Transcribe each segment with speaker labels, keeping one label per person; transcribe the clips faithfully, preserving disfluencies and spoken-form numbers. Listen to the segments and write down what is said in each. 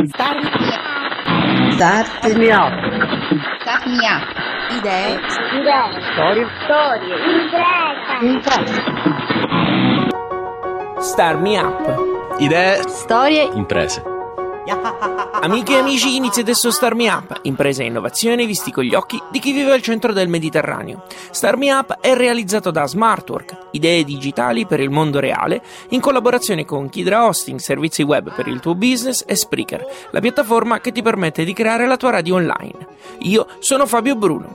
Speaker 1: Start
Speaker 2: Start
Speaker 1: me up.
Speaker 2: Start me up. Idee.
Speaker 3: Idee.
Speaker 1: Storie.
Speaker 3: Storie. Impresa.
Speaker 1: Imprese. Start me up.
Speaker 4: Idee.
Speaker 2: Storie.
Speaker 4: Imprese.
Speaker 1: Amiche e amici, inizia adesso Start Me Up, impresa e innovazione visti con gli occhi di chi vive al centro del Mediterraneo. Start Me Up è realizzato da Smartwork, idee digitali per il mondo reale, in collaborazione con Kidra Hosting, servizi web per il tuo business, e Spreaker, la piattaforma che ti permette di creare la tua radio online. Io sono Fabio Bruno.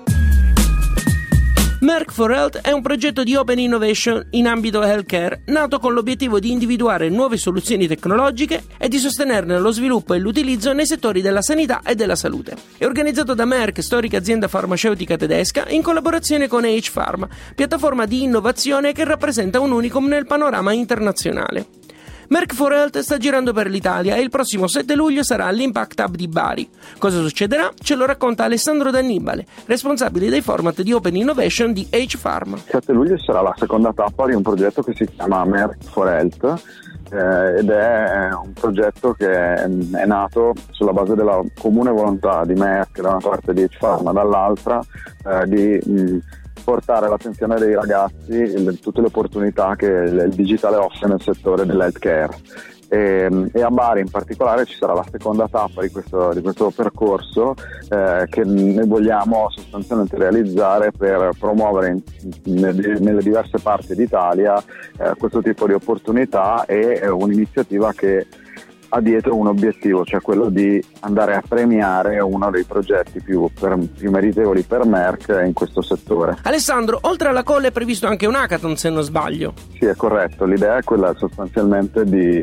Speaker 1: Merck for Health è un progetto di Open Innovation in ambito healthcare nato con l'obiettivo di individuare nuove soluzioni tecnologiche e di sostenerne lo sviluppo e l'utilizzo nei settori della sanità e della salute. È organizzato da Merck, storica azienda farmaceutica tedesca, in collaborazione con H-Pharm, piattaforma di innovazione che rappresenta un unicum nel panorama internazionale. Merck for Health sta girando per l'Italia e il prossimo sette luglio sarà all'Impact Hub di Bari. Cosa succederà? Ce lo racconta Alessandro D'Annibale, responsabile dei format di Open Innovation di H-Pharm.
Speaker 5: Il sette luglio sarà la seconda tappa di un progetto che si chiama Merck for Health eh, ed è un progetto che è, è nato sulla base della comune volontà di Merck da una parte di H-Pharm dall'altra eh, di mh, portare l'attenzione dei ragazzi le, tutte le opportunità che il, il digitale offre nel settore dell'healthcare. E, e a Bari in particolare ci sarà la seconda tappa di questo, di questo percorso eh, che noi vogliamo sostanzialmente realizzare per promuovere in, in, nelle diverse parti d'Italia eh, questo tipo di opportunità e eh, un'iniziativa che ha dietro un obiettivo, cioè quello di andare a premiare uno dei progetti più, per, più meritevoli per Merck in questo settore.
Speaker 1: Alessandro, oltre alla call è previsto anche un hackathon, se non sbaglio.
Speaker 5: Sì, è corretto, l'idea è quella sostanzialmente di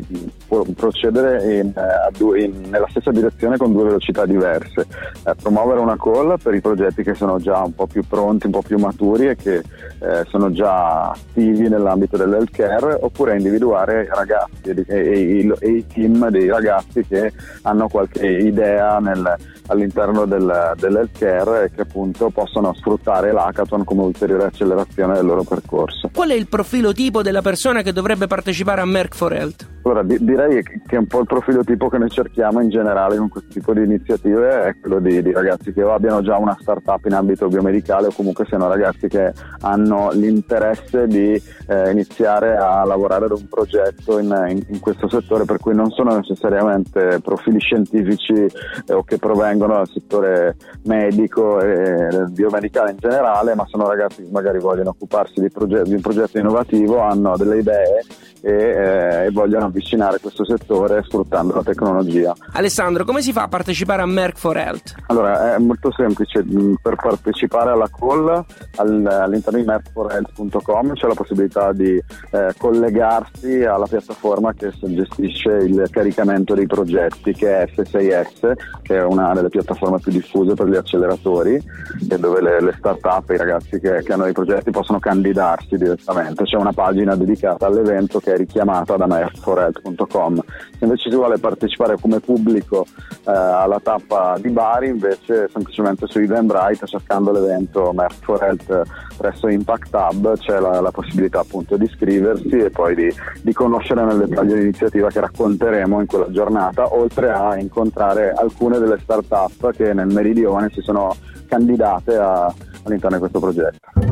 Speaker 5: procedere in, in, nella stessa direzione con due velocità diverse, eh, promuovere una call per i progetti che sono già un po' più pronti, un po' più maturi e che eh, sono già attivi nell'ambito dell'healthcare, oppure individuare ragazzi e, e, e, e i team dei ragazzi che hanno qualche idea nel, all'interno del, dell'healthcare e che appunto possono sfruttare l'hackathon come ulteriore accelerazione del loro percorso.
Speaker 1: Qual è il profilo tipo della persona che dovrebbe partecipare a Merck for Health?
Speaker 5: Allora, di, direi che è un po' il profilo tipo che noi cerchiamo in generale con questo tipo di iniziative, è quello di, di ragazzi che o abbiano già una startup in ambito biomedicale o comunque siano ragazzi che hanno l'interesse di eh, iniziare a lavorare ad un progetto in, in, in questo settore, per cui non sono necessariamente profili scientifici eh, o che provengono dal settore medico e biomedicale in generale, ma sono ragazzi che magari vogliono occuparsi di, proget- di un progetto innovativo, hanno delle idee e, eh, e vogliono avvicinare questo settore sfruttando la tecnologia.
Speaker 1: Alessandro, come si fa a partecipare a Merck for Health?
Speaker 5: Allora, è molto semplice. Per partecipare alla call all, all'interno di merck for health punto com c'è la possibilità di eh, collegarsi alla piattaforma che gestisce il caricamento dei progetti, che è F sei S, che è una delle piattaforme più diffuse per gli acceleratori, e dove le, le start-up, i ragazzi che, che hanno dei progetti possono candidarsi direttamente. C'è una pagina dedicata all'evento che è richiamata da merck for health punto com. Se invece si vuole partecipare come pubblico eh, alla tappa di Bari, invece semplicemente su Eventbrite, cercando l'evento Merck for Health presso Impact Hub, c'è la, la possibilità appunto di iscriversi e poi di, di conoscere nel dettaglio l'iniziativa che racconteremo in quella giornata, oltre a incontrare alcune delle start-up che nel meridione si sono candidate a, all'interno di questo progetto.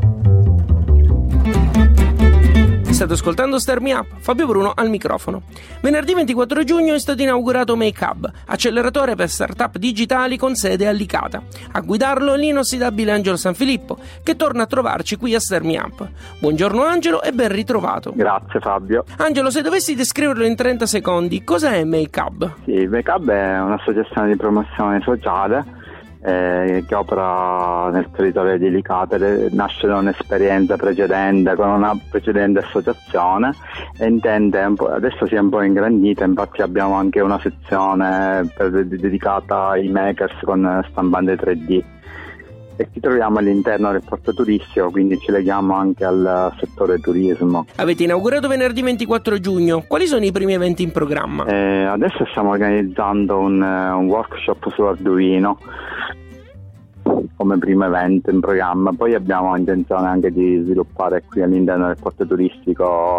Speaker 1: State ascoltando Start Me Up, Fabio Bruno al microfono. Venerdì ventiquattro giugno è stato inaugurato Make Hub, acceleratore per startup digitali con sede a Licata. A guidarlo l'inossidabile Angelo Sanfilippo, che torna a trovarci qui a Start Me Up. Buongiorno Angelo e ben ritrovato.
Speaker 5: Grazie Fabio.
Speaker 1: Angelo, se dovessi descriverlo in trenta secondi, cosa è Make Hub?
Speaker 6: Sì, Make Hub è un'associazione di promozione sociale Eh, che opera nel territorio di Licata. Nasce da un'esperienza precedente con una precedente associazione e intende un po', adesso si è un po' ingrandita, infatti abbiamo anche una sezione per, dedicata ai makers con stampante tre D e ci troviamo all'interno del porto turistico, quindi ci leghiamo anche al settore turismo.
Speaker 1: Avete inaugurato venerdì ventiquattro giugno, quali sono i primi eventi in programma?
Speaker 6: Eh, adesso stiamo organizzando un, un workshop su Arduino come primo evento in programma, poi abbiamo intenzione anche di sviluppare qui all'interno del porto turistico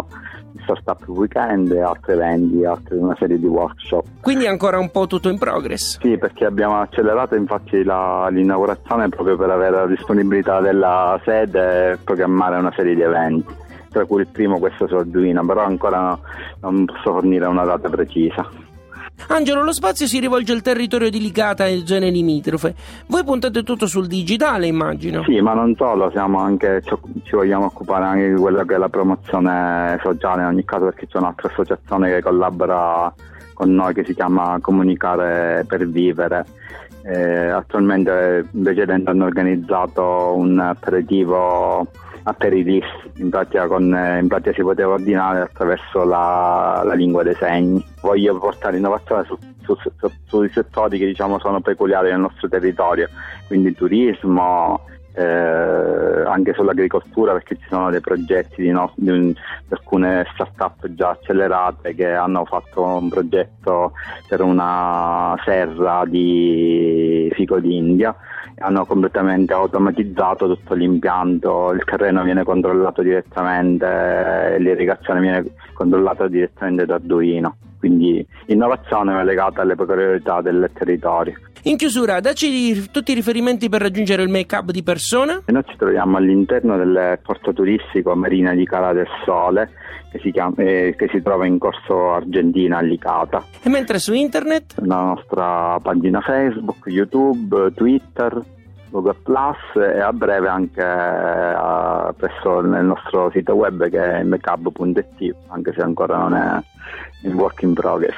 Speaker 6: startup weekend e altri eventi, altre, una serie di workshop.
Speaker 1: Quindi è ancora un po' tutto in progress?
Speaker 6: Sì, perché abbiamo accelerato infatti la, l'inaugurazione proprio per avere la disponibilità della sede e programmare una serie di eventi, tra cui il primo questo su Arduino, però ancora non posso fornire una data precisa.
Speaker 1: Angelo, lo spazio si rivolge al territorio di Licata e zone limitrofe. Voi puntate tutto sul digitale, immagino?
Speaker 6: Sì, ma non solo, siamo anche, ci vogliamo occupare anche di quella che è la promozione sociale in ogni caso, perché c'è un'altra associazione che collabora con noi che si chiama Comunicare per Vivere. Eh, attualmente invece hanno organizzato un aperitivo aperitif, in pratica, con, in pratica si poteva ordinare attraverso la, la lingua dei segni. Voglio portare innovazione su, su, su, sui settori che diciamo sono peculiari nel nostro territorio, quindi turismo, eh, anche sull'agricoltura, perché ci sono dei progetti di, no, di, un, di alcune start-up già accelerate che hanno fatto un progetto per una serra di fico d'India. Hanno completamente automatizzato tutto l'impianto, il terreno viene controllato direttamente, l'irrigazione viene controllata direttamente da Arduino, quindi innovazione legata alle peculiarità del territorio.
Speaker 1: In chiusura, dacci tutti i riferimenti per raggiungere il Make Hub di persona.
Speaker 6: E noi ci troviamo all'interno del porto turistico Marina di Cala del Sole, che si, chiama, eh, che si trova in Corso Argentina a Licata.
Speaker 1: E mentre su internet?
Speaker 6: La nostra pagina Facebook, YouTube, Twitter, Google Plus e a breve anche eh, presso il nostro sito web che è makehub punto it, anche se ancora non è in work in progress.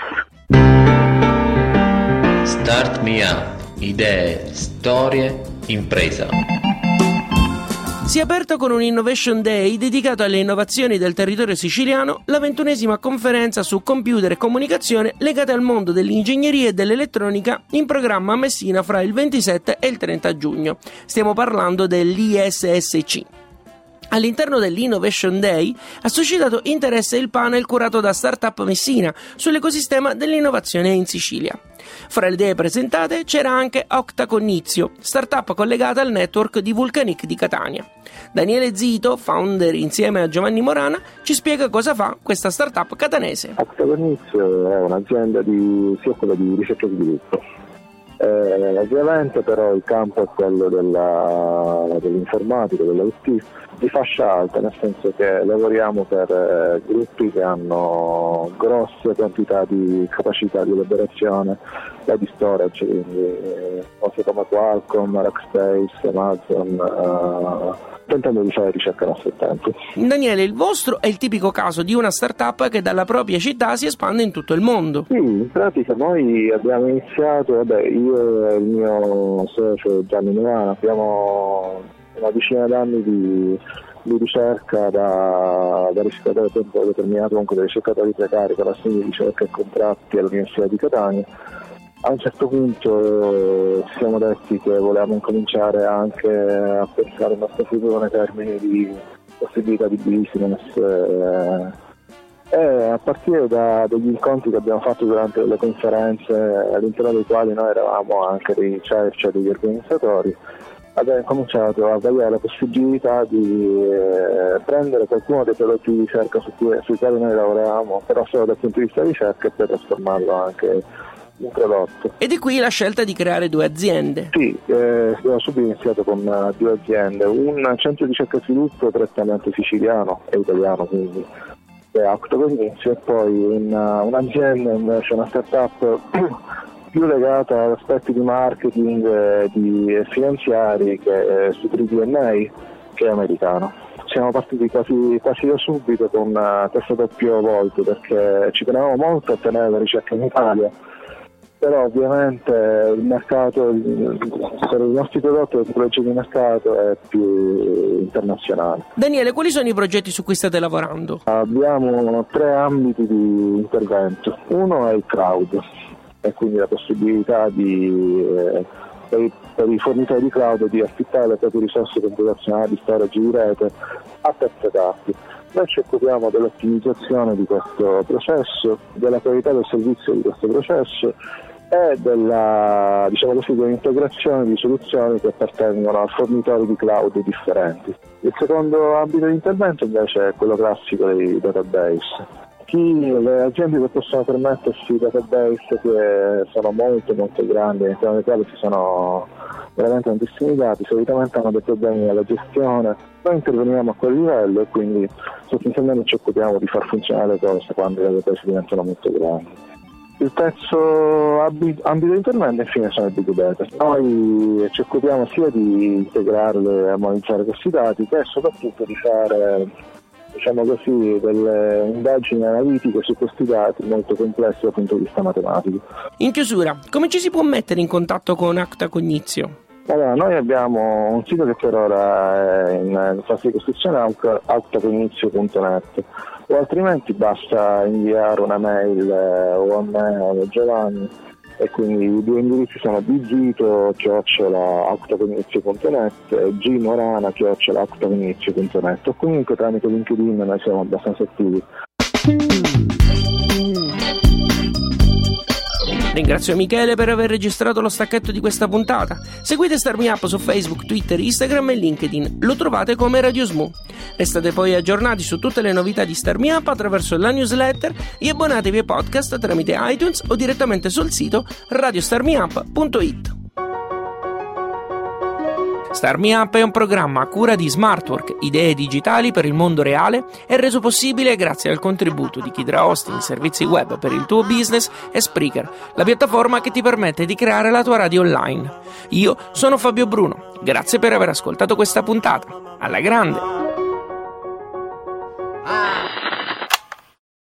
Speaker 4: Start Me Up, idee, storie, impresa.
Speaker 1: Si è aperta con un Innovation Day dedicato alle innovazioni del territorio siciliano la ventunesima conferenza su computer e comunicazione legate al mondo dell'ingegneria e dell'elettronica in programma a Messina fra il ventisette e il trenta giugno. Stiamo parlando dell'I S S C. All'interno dell'Innovation Day ha suscitato interesse il panel curato da Startup Messina sull'ecosistema dell'innovazione in Sicilia. Fra le idee presentate c'era anche Octa Connizio, startup collegata al network di Vulcanic di Catania. Daniele Zito, founder insieme a Giovanni Morana, ci spiega cosa fa questa startup catanese.
Speaker 7: Octa Connizio è un'azienda di si occupa di ricerca e sviluppo. Eh, ovviamente però il campo è quello della, dell'informatica, dell'I T, di fascia alta, nel senso che lavoriamo per eh, gruppi che hanno grosse quantità di capacità di elaborazione e di storage, quindi eh, cose come Qualcomm, Rackspace, Amazon, eh, tentando di fare ricerca al nostro tempo.
Speaker 1: Daniele, il vostro è il tipico caso di una startup che dalla propria città si espande in tutto il mondo.
Speaker 7: Sì, in pratica noi abbiamo iniziato, vabbè, io e il mio socio Gianni Milano abbiamo una decina d'anni di, di ricerca da, da ricercatore a tempo determinato, comunque da ricercatori precari con assegni di ricerca e contratti all'Università di Catania. A un certo punto ci siamo detti che volevamo incominciare anche a pensare al nostro futuro nei termini di possibilità di business eh, e a partire da degli incontri che abbiamo fatto durante le conferenze all'interno dei quali noi eravamo anche dei C E R, cioè degli organizzatori, abbiamo cominciato a vagliare la possibilità di eh, prendere qualcuno dei prodotti di ricerca su cui, sui quali noi lavoravamo, però solo dal punto di vista di ricerca, e per trasformarlo anche in prodotto.
Speaker 1: E di qui la scelta di creare due aziende.
Speaker 7: Sì, eh, abbiamo subito iniziato con uh, due aziende, un centro di ricerca e sviluppo prettamente siciliano e italiano, quindi è Octa Connizio, e poi una, un'azienda invece, una startup più legata ad aspetti di marketing e di finanziari, che è su tre D N A, che è americano. Siamo partiti quasi, quasi da subito con uh, questo doppio volto, perché ci tenevamo molto a tenere la ricerca in Italia, però ovviamente il mercato per i nostri prodotti, la tipologia di mercato è più internazionale.
Speaker 1: Daniele, quali sono i progetti su cui state lavorando?
Speaker 7: Abbiamo tre ambiti di intervento. Uno è il cloud, e quindi la possibilità di eh, per, i, per i fornitori di cloud di affittare le proprie risorse computazionali di storage di rete a terze parti. Noi ci occupiamo dell'ottimizzazione di questo processo, della qualità del servizio di questo processo e della, diciamo così, dell'integrazione di soluzioni che appartengono a fornitori di cloud differenti. Il secondo ambito di intervento invece è quello classico dei database. Chi, le aziende che possono permettersi database che sono molto molto grandi, all'interno dei quali ci sono veramente tantissimi dati, solitamente hanno dei problemi nella gestione. Noi interveniamo a quel livello e quindi sostanzialmente ci occupiamo di far funzionare le cose quando le database diventano molto grandi. Il terzo ambito di intervento infine sono i big data. Noi ci occupiamo sia di integrarle e armonizzare questi dati che soprattutto di fare, diciamo così, delle indagini analitiche su questi dati molto complessi dal punto di vista matematico.
Speaker 1: In chiusura, come ci si può mettere in contatto con Acta Cognizio?
Speaker 7: Allora, noi abbiamo un sito che per ora è in fase di costruzione, acta cognizio punto net, o altrimenti basta inviare una mail eh, o a me o a Giovanni, e quindi i due indirizzi sono bgito chiocciola actacognizio punto net e gmorana chiocciola actacognizio punto net, o comunque tramite LinkedIn noi siamo abbastanza attivi.
Speaker 1: Ringrazio Michele per aver registrato lo stacchetto di questa puntata. Seguite Start Me Up su Facebook, Twitter, Instagram e LinkedIn. Lo trovate come Radio Smoo. Restate poi aggiornati su tutte le novità di Start Me Up attraverso la newsletter e abbonatevi ai podcast tramite iTunes o direttamente sul sito radio star me up punto it. Start Me Up è un programma a cura di Smartwork, idee digitali per il mondo reale, e reso possibile grazie al contributo di Kidra Hosting, servizi web per il tuo business, e Spreaker, la piattaforma che ti permette di creare la tua radio online. Io sono Fabio Bruno, grazie per aver ascoltato questa puntata. Alla grande!